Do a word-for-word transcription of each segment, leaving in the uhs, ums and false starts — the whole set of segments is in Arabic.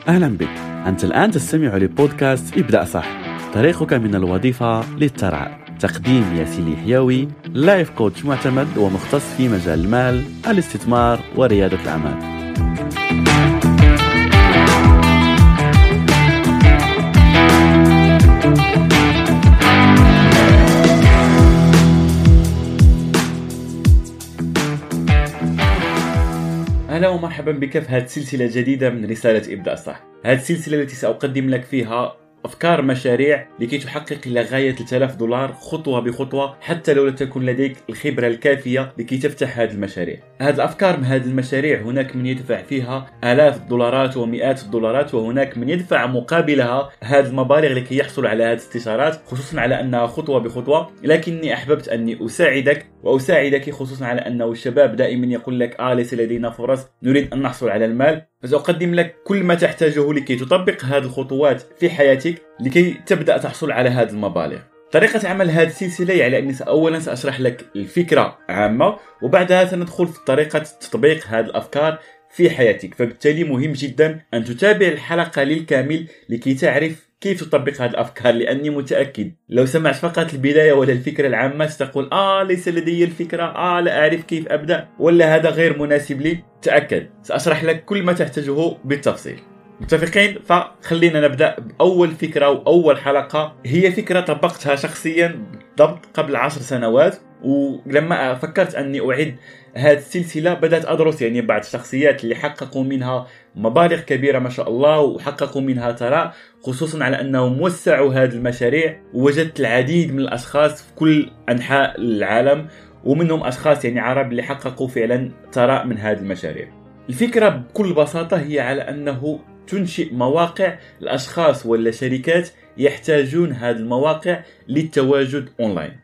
أهلا بك. أنت الآن تستمع لبودكاست ابدأ صح، طريقك من الوظيفة للثراء. تقديم ياسين اليحيوي، لايف كوتش معتمد ومختص في مجال المال، الاستثمار وريادة الأعمال. أهلا ومرحبا بك في هذه السلسلة جديدة من رسالة ابدأ صح. هذه السلسلة التي سأقدم لك فيها أفكار مشاريع لكي تحقق إلى غاية ثلاثة آلاف دولار خطوة بخطوة، حتى لو لم تكن لديك الخبرة الكافية لكي تفتح هذه المشاريع. هذه الأفكار من هذه المشاريع هناك من يدفع فيها آلاف الدولارات ومئات الدولارات، وهناك من يدفع مقابلها هذه المبالغ لكي يحصل على هذه الاستشارات، خصوصا على أنها خطوة بخطوة. لكني أحببت أني أساعدك وأساعدك خصوصا على أنه الشباب دائما يقول لك آه ليس لدينا فرص، نريد أن نحصل على المال. فسأقدم لك كل ما تحتاجه لكي تطبق هذه الخطوات في حياتك لكي تبدأ تحصل على هذه المبالغ. طريقة عمل هذه السلسلة يعني أني أولا سأشرح لك الفكرة عامة، وبعدها سندخل في طريقة تطبيق هذه الأفكار في حياتك. فبالتالي مهم جدا أن تتابع الحلقة للكامل لكي تعرف كيف تطبق هذه الأفكار، لأني متأكد لو سمعت فقط البداية ولا الفكرة العامة ستقول آه ليس لدي الفكرة، آه لا أعرف كيف أبدأ، ولا هذا غير مناسب لي. تأكد سأشرح لك كل ما تحتاجه بالتفصيل. متفقين؟ فخلينا نبدأ بأول فكرة وأول حلقة. هي فكرة طبقتها شخصيا بالضبط قبل عشر سنوات، ولما فكرت أني أعد هذه السلسلة بدأت أدرس يعني بعض الشخصيات اللي حققوا منها مبالغ كبيرة ما شاء الله، وحققوا منها ثراء، خصوصا على أنهم وسعوا هذه المشاريع. ووجدت العديد من الأشخاص في كل أنحاء العالم، ومنهم أشخاص يعني عرب اللي حققوا فعلا ثراء من هذه المشاريع. الفكرة بكل بساطة هي على أنه تنشئ مواقع الأشخاص ولا شركات يحتاجون هذه المواقع للتواجد أونلاين.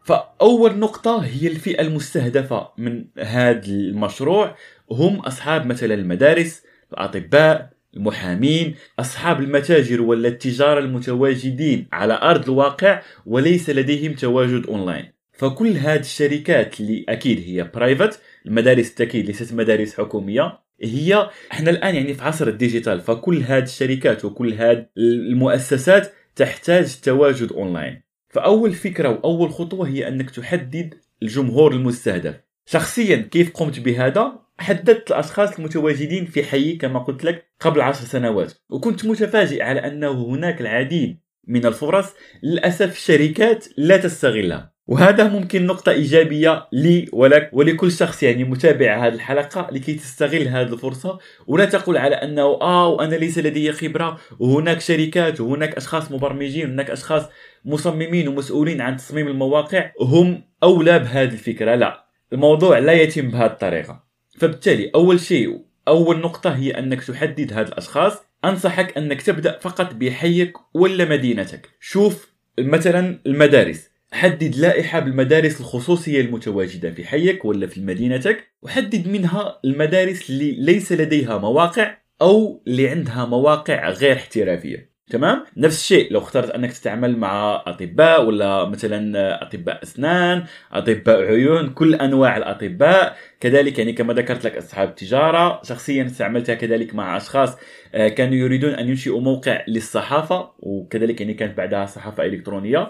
فأول نقطة هي الفئة المستهدفة من هذا المشروع، هم أصحاب مثلا المدارس، الأطباء، المحامين، أصحاب المتاجر ولا التجارة المتواجدين على أرض الواقع وليس لديهم تواجد أونلاين. فكل هذه الشركات اللي أكيد هي برايفت، المدارس التأكيد ليست مدارس حكومية، هي احنا الآن يعني في عصر الديجيتال، فكل هذه الشركات وكل هذه المؤسسات تحتاج تواجد أونلاين. فأول فكرة وأول خطوة هي أنك تحدد الجمهور المستهدف. شخصيا كيف قمت بهذا؟ حددت الأشخاص المتواجدين في حي كما قلت لك قبل عشر سنوات، وكنت متفاجئ على أنه هناك العديد من الفرص للأسف الشركات لا تستغلها. وهذا ممكن نقطة إيجابية لي ولك ولكل شخص يعني متابع هذه الحلقة لكي تستغل هذه الفرصة، ولا تقول على أنه آه وأنا ليس لدي خبرة، وهناك شركات وهناك أشخاص مبرمجين وهناك أشخاص مصممين ومسؤولين عن تصميم المواقع هم أولى بهذه الفكرة. لا، الموضوع لا يتم بهذه الطريقة. فبالتالي أول شيء أول نقطة هي أنك تحدد هذه الأشخاص. أنصحك أنك تبدأ فقط بحيك ولا مدينتك. شوف مثلا المدارس، حدد لائحة بالمدارس الخصوصية المتواجدة في حيك ولا في مدينتك، وحدد منها المدارس اللي ليس لديها مواقع أو اللي عندها مواقع غير احترافية. تمام؟ نفس الشيء لو اخترت أنك تتعامل مع أطباء ولا مثلا أطباء أسنان، أطباء عيون، كل أنواع الأطباء. كذلك يعني كما ذكرت لك أصحاب التجارة، شخصيا استعملتها كذلك مع أشخاص كانوا يريدون أن ينشئوا موقع للصحافة، وكذلك يعني كانت بعدها صحافة إلكترونية.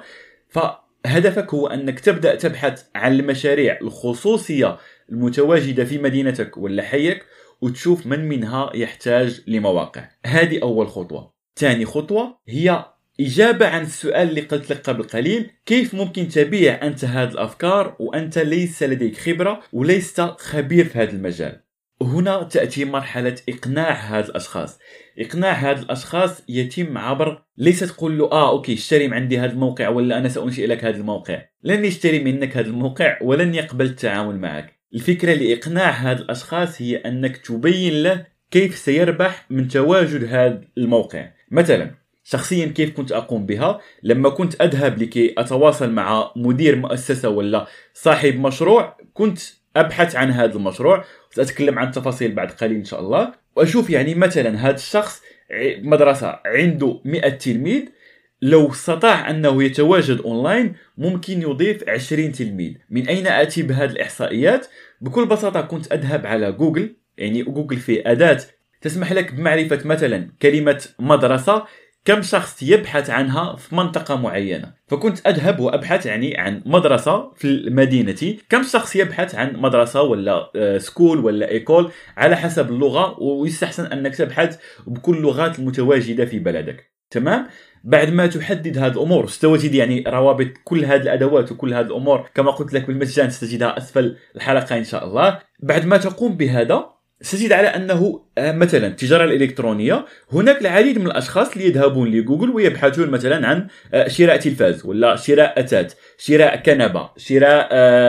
فهدفك هو أنك تبدأ تبحث عن المشاريع الخصوصية المتواجدة في مدينتك ولا حيك، وتشوف من منها يحتاج لمواقع. هذه أول خطوة. ثاني خطوة هي إجابة عن السؤال اللي قلت لك قبل قليل: كيف ممكن تبيع أنت هذه الأفكار وأنت ليس لديك خبرة وليس خبير في هذا المجال؟ هنا تأتي مرحلة إقناع هذا الأشخاص. إقناع هذا الأشخاص يتم عبر ليس تقول له آه أوكي اشتري من عندي هذا الموقع ولا أنا سأنشئ لك هذا الموقع. لن يشتري منك هذا الموقع ولن يقبل التعامل معك. الفكرة لإقناع هذا الأشخاص هي أنك تبين له كيف سيربح من تواجد هذا الموقع. مثلا شخصيا كيف كنت أقوم بها لما كنت أذهب لكي أتواصل مع مدير مؤسسة ولا صاحب مشروع، كنت أبحث عن هذا المشروع، وسأتكلم عن التفاصيل بعد قليل إن شاء الله. وأشوف يعني مثلا هذا الشخص مدرسة عنده مئة تلميذ، لو استطاع أنه يتواجد أونلاين ممكن يضيف عشرين تلميذ. من أين أتي بهذه الإحصائيات؟ بكل بساطة كنت أذهب على جوجل، يعني جوجل فيه أداة تسمح لك بمعرفة مثلا كلمة مدرسة كم شخص يبحث عنها في منطقة معينة. فكنت أذهب وأبحث يعني عن مدرسة في مدينتي، كم شخص يبحث عن مدرسة ولا سكول ولا إيكول على حسب اللغة، ويستحسن أنك تبحث بكل اللغات المتواجدة في بلدك. تمام. بعد ما تحدد هذه الأمور ستجد يعني روابط كل هذه الأدوات وكل هذه الأمور كما قلت لك بالمجان، ستجدها أسفل الحلقة إن شاء الله. بعد ما تقوم بهذا ستجد على أنه مثلا التجارة الإلكترونية، هناك العديد من الأشخاص اللي يذهبون لجوجل ويبحثون مثلا عن شراء تلفاز ولا شراء أثاث، شراء كنبة، شراء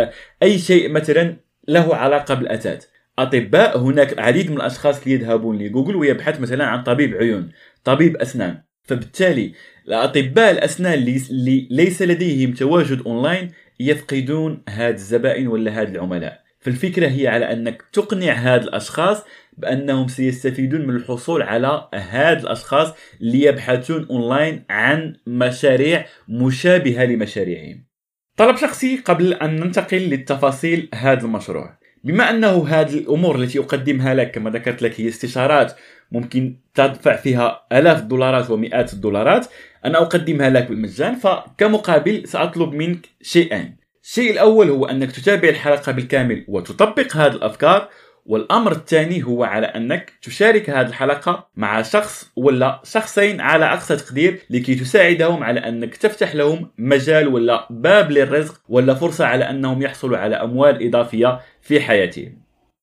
أي شيء مثلا له علاقة بالأثاث. أطباء، هناك العديد من الأشخاص اللي يذهبون لجوجل ويبحث مثلا عن طبيب عيون، طبيب أسنان. فبالتالي الأطباء الأسنان اللي ليس لديهم تواجد أونلاين يفقدون هاد الزبائن ولا هاد العملاء. فالفكرة هي على أنك تقنع هاد الأشخاص بأنهم سيستفيدون من الحصول على هاد الأشخاص اللي يبحثون أونلاين عن مشاريع مشابهة لمشاريعهم. طلب شخصي قبل أن ننتقل للتفاصيل هاد المشروع. بما أنه هذه الأمور التي أقدمها لك كما ذكرت لك هي استشارات ممكن تدفع فيها آلاف الدولارات ومئات الدولارات، أنا أقدمها لك بالمجان. فكمقابل سأطلب منك شيئين. الشيء الأول هو أنك تتابع الحلقة بالكامل وتطبق هذه الأفكار، والأمر الثاني هو على أنك تشارك هذه الحلقة مع شخص ولا شخصين على أقصى تقدير لكي تساعدهم على أنك تفتح لهم مجال ولا باب للرزق ولا فرصة على أنهم يحصلوا على أموال إضافية في حياتهم.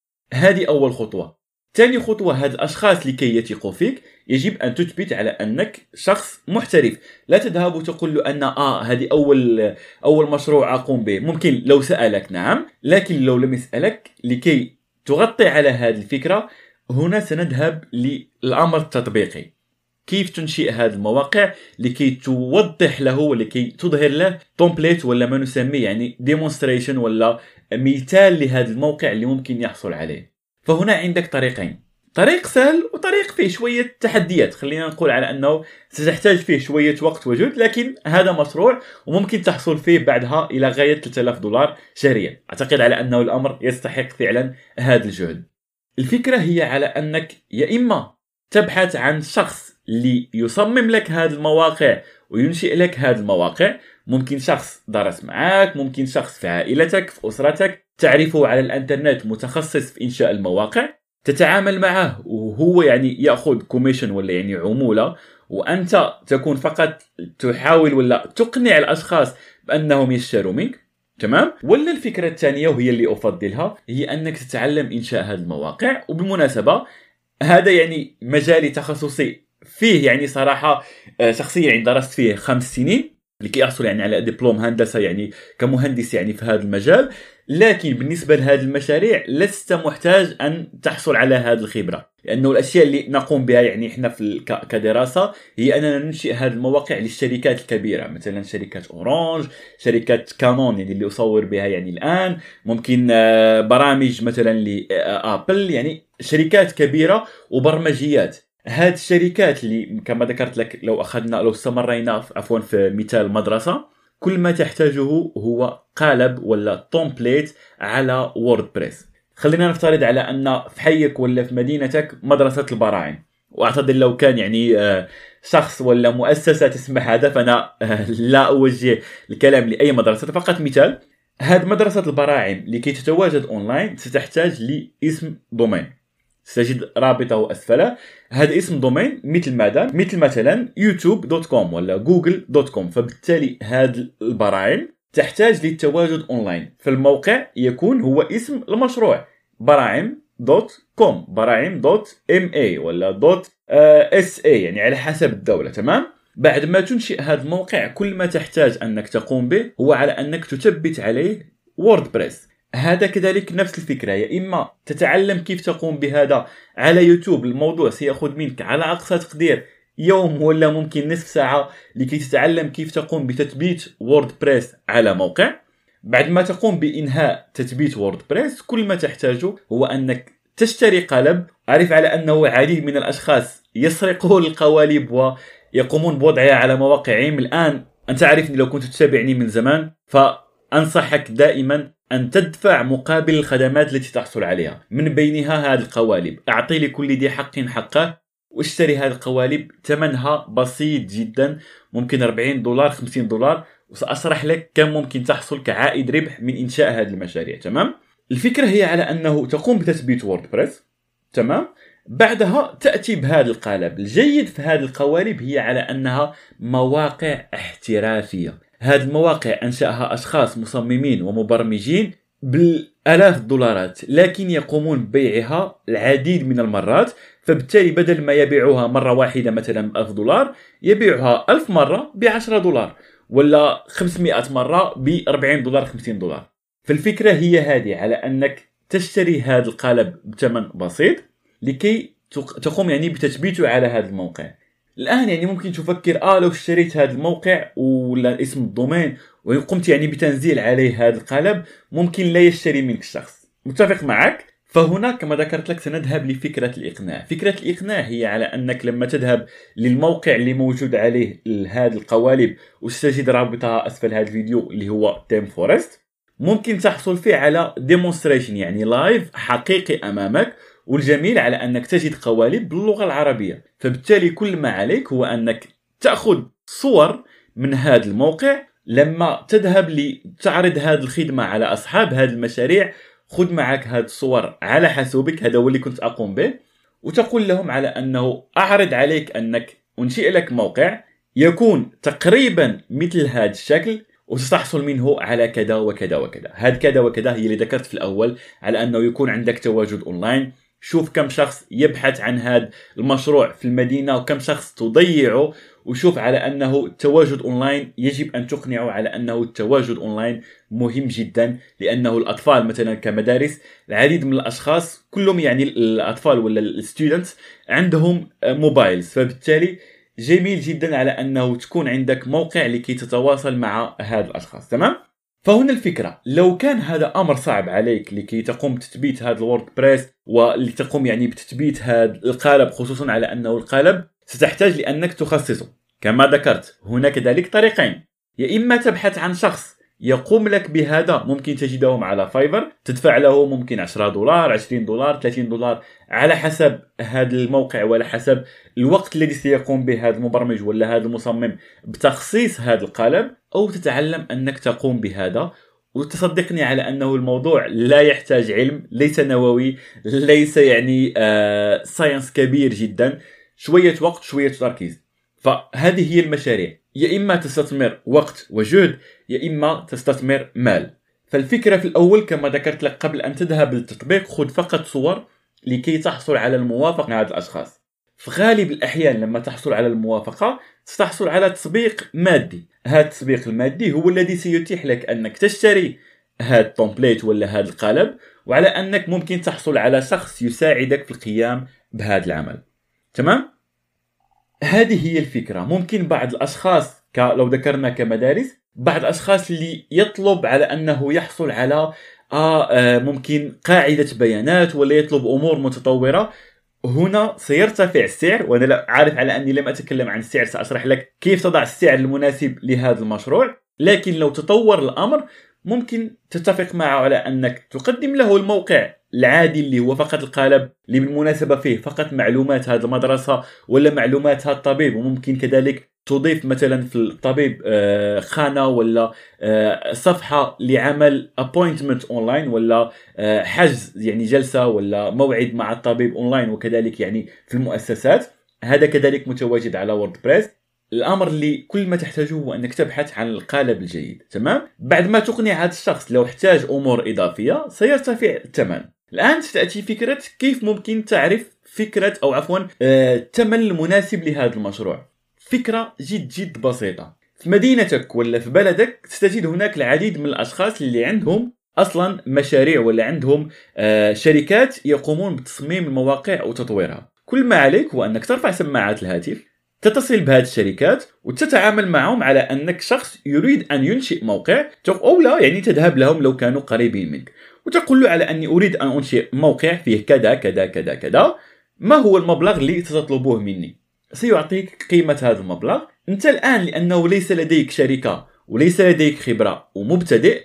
هذه أول خطوة. ثاني خطوة، هاد الأشخاص لكي يثقوا فيك يجب أن تثبت على أنك شخص محترف. لا تذهب وتقول له أن آه هذه أول أول مشروع أقوم به. ممكن لو سألك نعم، لكن لو لم يسألك لكي تغطي على هذه الفكرة هنا سنذهب للأمر التطبيقي. كيف تنشئ هذه المواقع لكي توضح له ولكي تظهر له تومبليت ولا ما نسميه يعني ديمونستريشن ولا مثال لهذا الموقع اللي ممكن يحصل عليه. فهنا عندك طريقين، طريق سهل وطريق فيه شوية تحديات. خلينا نقول على أنه ستحتاج فيه شوية وقت وجهد، لكن هذا مشروع وممكن تحصل فيه بعدها إلى غاية ثلاثة آلاف دولار شهريا. أعتقد على أنه الأمر يستحق فعلا هذا الجهد. الفكرة هي على أنك يا إما تبحث عن شخص اللي يصمم لك هذه المواقع وينشئ لك هذه المواقع. ممكن شخص درس معك، ممكن شخص في عائلتك في أسرتك تعرفه على الانترنت متخصص في إنشاء المواقع، تتعامل معه وهو يعني يأخذ كوميشن ولا يعني عمولة، وأنت تكون فقط تحاول ولا تقنع الأشخاص بأنهم يشتروا منك. تمام. ولا الفكرة الثانية وهي اللي أفضلها هي أنك تتعلم إنشاء هذه المواقع. وبالمناسبة هذا يعني مجالي تخصصي فيه، يعني صراحة شخصيا يعني درست فيه خمس سنين لكي أحصل يعني على دبلوم هندسة يعني كمهندس يعني في هذا المجال. لكن بالنسبة لهذه المشاريع لست محتاج أن تحصل على هذه الخبرة، لأنه الأشياء اللي نقوم بها يعني إحنا في كدراسة هي أننا ننشئ هذه المواقع للشركات الكبيرة، مثلا شركات أورانج، شركات كانون يعني اللي أصور بها يعني الآن، ممكن برامج مثلا لأبل، يعني شركات كبيرة وبرمجيات. هذه الشركات اللي كما ذكرت لك لو أخذنا لو استمرينا عفوا في مثال مدرسة، كل ما تحتاجه هو قالب ولا تومبليت على ووردبريس. خلينا نفترض على أن في حيك ولا في مدينتك مدرسة البراعم، وأعتقد لو كان يعني شخص ولا مؤسسة تسمح هذا فأنا لا أوجه الكلام لأي مدرسة، فقط مثال. هذه مدرسة البراعم لكي تتواجد أونلاين ستحتاج لاسم دومين، ستجد رابطه أسفله. هذا اسم دومين مثل ماذا؟ مثل مثلا يوتيوب دوت كوم ولا جوجل دوت كوم. فبالتالي هذه البراعم تحتاج للتواجد أونلاين، فالموقع يكون هو اسم المشروع براعم دوت كوم، براعم دوت ام اي ولا دوت اس اي يعني على حسب الدولة. تمام. بعد ما تنشئ هذا الموقع كل ما تحتاج أنك تقوم به هو على أنك تثبت عليه ووردبريس. هذا كذلك نفس الفكرة، يا إما تتعلم كيف تقوم بهذا على يوتيوب. الموضوع سيأخذ منك على أقصى تقدير يوم ولا ممكن نصف ساعة لكي تتعلم كيف تقوم بتثبيت ووردبريس على موقع. بعد ما تقوم بإنهاء تثبيت ووردبريس كل ما تحتاجه هو أنك تشتري قالب. أعرف على أنه عديد من الأشخاص يسرقون القوالب ويقومون بوضعها على مواقعهم الآن. أنت عارفني لو كنت تتابعني من زمان فأنصحك دائما أن تدفع مقابل الخدمات التي تحصل عليها، من بينها هذه القوالب. أعطي لكل ذي حق حقه واشتري هذه القوالب، ثمنها بسيط جدا، ممكن أربعين دولار خمسين دولار، وسأشرح لك كم ممكن تحصل كعائد ربح من إنشاء هذه المشاريع. تمام؟ الفكرة هي على أنه تقوم بتثبيت ووردبريس، تمام؟ بعدها تأتي بهذا القالب. الجيد في هذه القوالب هي على أنها مواقع احترافية. هذه المواقع أنشأها أشخاص مصممين ومبرمجين بالآلاف الدولارات، لكن يقومون ببيعها العديد من المرات، فبالتالي بدل ما يبيعوها مرة واحدة مثلا بألف دولار، يبيعها ألف مرة بعشرة دولار، ولا خمسمائة مرة بأربعين دولار خمسين دولار. فالفكرة هي هذه، على أنك تشتري هذا القالب بثمن بسيط لكي تقوم يعني بتثبيته على هذا الموقع. الآن يعني ممكن تفكر آه لو اشتريت هذا الموقع ولا اسم الدومين وقمت يعني بتنزيل عليه هذا القالب، ممكن لا يشتري منك الشخص. متفق معك؟ فهنا كما ذكرت لك سنذهب لفكرة الإقناع. فكرة الإقناع هي على أنك لما تذهب للموقع اللي موجود عليه هذه القوالب، وستجد رابطها أسفل هذا الفيديو اللي هو تيم فورست، ممكن تحصل فيه على ديمونستريشن يعني لايف حقيقي أمامك. والجميل على أنك تجد قوالب باللغة العربية، فبالتالي كل ما عليك هو أنك تأخذ صور من هذا الموقع. لما تذهب لتعرض هذه الخدمة على أصحاب هذه المشاريع، خذ معك هذه الصور على حسابك، هذا هو اللي كنت أقوم به، وتقول لهم على أنه أعرض عليك أنك أنشئ لك موقع يكون تقريبا مثل هذا الشكل، وستحصل منه على كذا وكذا وكذا. هذا كذا وكذا هي اللي ذكرت في الأول، على أنه يكون عندك تواجد أونلاين. شوف كم شخص يبحث عن هذا المشروع في المدينة وكم شخص تضيعه، وشوف على أنه التواجد أونلاين يجب أن تقنعه على أنه التواجد أونلاين مهم جدا، لأنه الأطفال مثلا كمدارس، العديد من الأشخاص كلهم يعني الأطفال ولا الستودنتس عندهم موبايلز، فبالتالي جميل جدا على أنه تكون عندك موقع لكي تتواصل مع هذا الأشخاص. تمام؟ فهنا الفكرة، لو كان هذا أمر صعب عليك لكي تقوم بتثبيت هذا الووردبريس ولتقوم يعني بتثبيت هذا القالب، خصوصا على أنه القالب ستحتاج لأنك تخصصه كما ذكرت. هناك ذلك طريقين، يا إما تبحث عن شخص يقوم لك بهذا، ممكن تجدهم على فايفر، تدفع له ممكن عشرة دولار عشرين دولار ثلاثين دولار على حسب هذا الموقع وعلى حسب الوقت الذي سيقوم به هذا المبرمج ولا هذا المصمم بتخصيص هذا القالب، أو تتعلم أنك تقوم بهذا. وتصدقني على أنه الموضوع لا يحتاج علم، ليس نووي، ليس يعني آه ساينس كبير جدا، شوية وقت شوية تركيز. فهذه هي المشاريع، يا إما تستثمر وقت وجهد، يا إما تستثمر مال. فالفكرة في الأول كما ذكرت لك قبل أن تذهب للتطبيق، خذ فقط صور لكي تحصل على الموافقة من هذا الأشخاص. في غالب الأحيان لما تحصل على الموافقة ستحصل على تطبيق مادي. هذا التطبيق المادي هو الذي سيتيح لك أنك تشتري هذا التمبليت ولا هذا القالب، وعلى أنك ممكن تحصل على شخص يساعدك في القيام بهذا العمل. تمام؟ هذه هي الفكرة. ممكن بعض الأشخاص لو ذكرنا كمدارس، بعض الأشخاص اللي يطلب على أنه يحصل على آه آه ممكن قاعدة بيانات ولا يطلب أمور متطورة، هنا سيرتفع السعر. وأنا لا عارف على أني لم أتكلم عن السعر، سأشرح لك كيف تضع السعر المناسب لهذا المشروع. لكن لو تطور الأمر ممكن تتفق معه على أنك تقدم له الموقع العادي اللي هو فقط القالب، اللي بالمناسبة فيه فقط معلومات هذه المدرسة ولا معلومات هذا الطبيب، وممكن كذلك تضيف مثلا في الطبيب خانة ولا صفحة لعمل appointment أونلاين ولا حجز يعني جلسة ولا موعد مع الطبيب أونلاين، وكذلك يعني في المؤسسات. هذا كذلك متواجد على ووردبريس. الأمر اللي كل ما تحتاجه هو أنك تبحث عن القالب الجيد. تمام؟ بعد ما تقنع هذا الشخص لو احتاج أمور إضافية سيرتفع الثمن. الآن ستأتي فكرة كيف ممكن تعرف فكرة أو عفوا الثمن المناسب لهذا المشروع. فكرة جد جد بسيطة. في مدينتك ولا في بلدك ستجد هناك العديد من الأشخاص اللي عندهم أصلا مشاريع ولا عندهم شركات يقومون بتصميم المواقع وتطويرها. كل ما عليك هو أنك ترفع سماعات الهاتف، تتصل بهذه الشركات وتتعامل معهم على أنك شخص يريد أن ينشئ موقع، أو لا يعني تذهب لهم لو كانوا قريبين منك وتقول له على أني أريد أن أنشئ موقع فيه كذا كذا كذا كذا، ما هو المبلغ اللي ستطلبوه مني؟ سيعطيك قيمة هذا المبلغ. أنت الآن لأنه ليس لديك شركة وليس لديك خبرة ومبتدئ،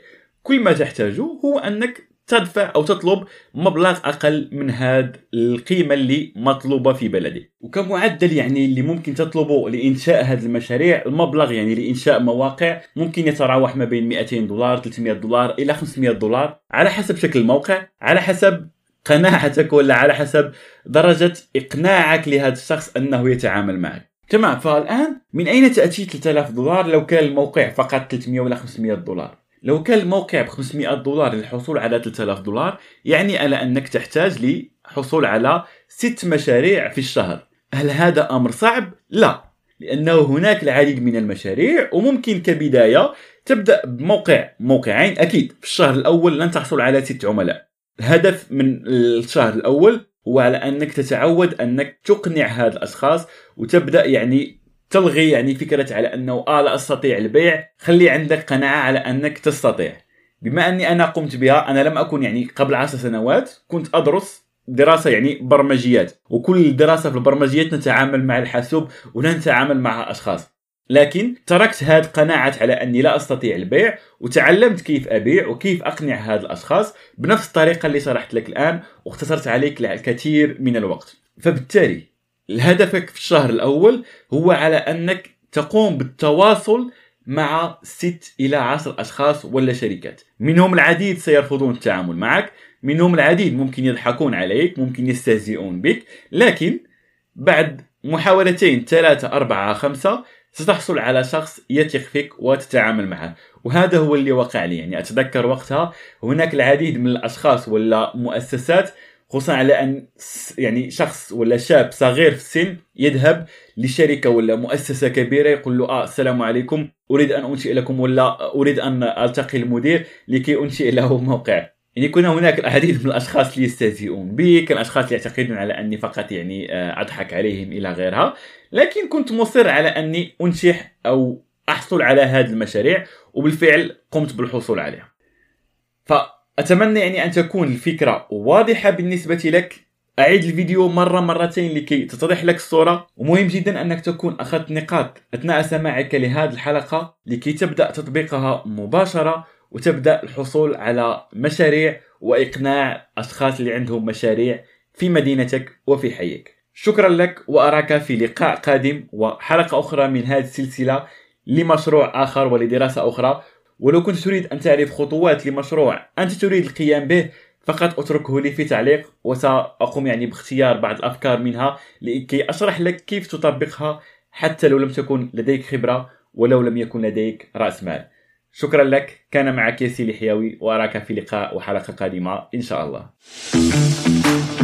كل ما تحتاجه هو أنك تدفع أو تطلب مبلغ أقل من هذه القيمة اللي مطلوبة في بلدك. وكمعدل يعني اللي ممكن تطلبه لإنشاء هذه المشاريع، المبلغ يعني لإنشاء مواقع ممكن يتراوح ما بين مئتين دولار ثلاثمئة دولار إلى خمسمئة دولار على حسب شكل الموقع، على حسب قناعتك ولا على حسب درجة إقناعك لهذا الشخص أنه يتعامل معك. تمام. فالآن من أين تأتي ثلاثة آلاف دولار لو كان الموقع فقط ثلاثمئة ولا خمسمئة دولار؟ لو كان الموقع ب خمسمئة دولار للحصول على ثلاثة آلاف دولار، يعني على أنك تحتاج للحصول على ست مشاريع في الشهر. هل هذا أمر صعب؟ لا، لأنه هناك العديد من المشاريع، وممكن كبداية تبدأ بموقع موقعين. أكيد في الشهر الأول لن تحصل على ست عملاء. الهدف من الشهر الأول هو على أنك تتعود أنك تقنع هذا الأشخاص، وتبدأ يعني تلغي يعني فكرة على أنه آه لا أستطيع البيع. خلي عندك قناعة على أنك تستطيع. بما أني أنا قمت بها، أنا لم أكن يعني قبل عشر سنوات كنت أدرس دراسة يعني برمجيات، وكل دراسة في البرمجيات نتعامل مع الحاسوب ولا نتعامل مع أشخاص، لكن تركت هذه قناعة على أني لا أستطيع البيع، وتعلمت كيف أبيع وكيف أقنع هذا الأشخاص بنفس الطريقة اللي شرحت لك الآن، واختصرت عليك الكثير من الوقت. فبالتالي هدفك في الشهر الأول هو على أنك تقوم بالتواصل مع ست إلى عشر أشخاص ولا شركات. منهم العديد سيرفضون التعامل معك، منهم العديد ممكن يضحكون عليك، ممكن يستهزئون بك، لكن بعد محاولتين ثلاثة أربعة خمسة ستحصل على شخص يثق فيك وتتعامل معه. وهذا هو اللي وقع لي. يعني أتذكر وقتها هناك العديد من الأشخاص ولا مؤسسات، خصوصا على أن يعني شخص ولا شاب صغير في السن يذهب لشركة ولا مؤسسة كبيرة يقول له آه السلام عليكم، أريد أن أنشئ لكم ولا أريد أن ألتقي المدير لكي أنشئ له موقع. يعني كنا هناك العديد من الأشخاص اللي يستهزئون بي، كان أشخاص اللي يعتقدون على أني فقط يعني أضحك عليهم إلى غيرها، لكن كنت مصر على أني أنشح أو أحصل على هذه المشاريع، وبالفعل قمت بالحصول عليها. فأتمنى يعني أن تكون الفكرة واضحة بالنسبة لك. أعيد الفيديو مرة مرتين لكي تتضح لك الصورة، ومهم جدا أنك تكون أخذت نقاط أثناء سماعك لهذه الحلقة لكي تبدأ تطبيقها مباشرة، وتبدأ الحصول على مشاريع وإقناع أشخاص اللي عندهم مشاريع في مدينتك وفي حيك. شكرا لك، وأراك في لقاء قادم وحلقة أخرى من هذه السلسلة لمشروع آخر ولدراسة أخرى. ولو كنت تريد أن تعرف خطوات لمشروع أنت تريد القيام به، فقط اتركه لي في تعليق، وسأقوم يعني باختيار بعض الأفكار منها لكي أشرح لك كيف تطبقها حتى لو لم تكن لديك خبرة ولو لم يكن لديك رأس مال. شكرا لك، كان معك ياسين الحيوي، وأراك في لقاء وحلقة قادمة إن شاء الله.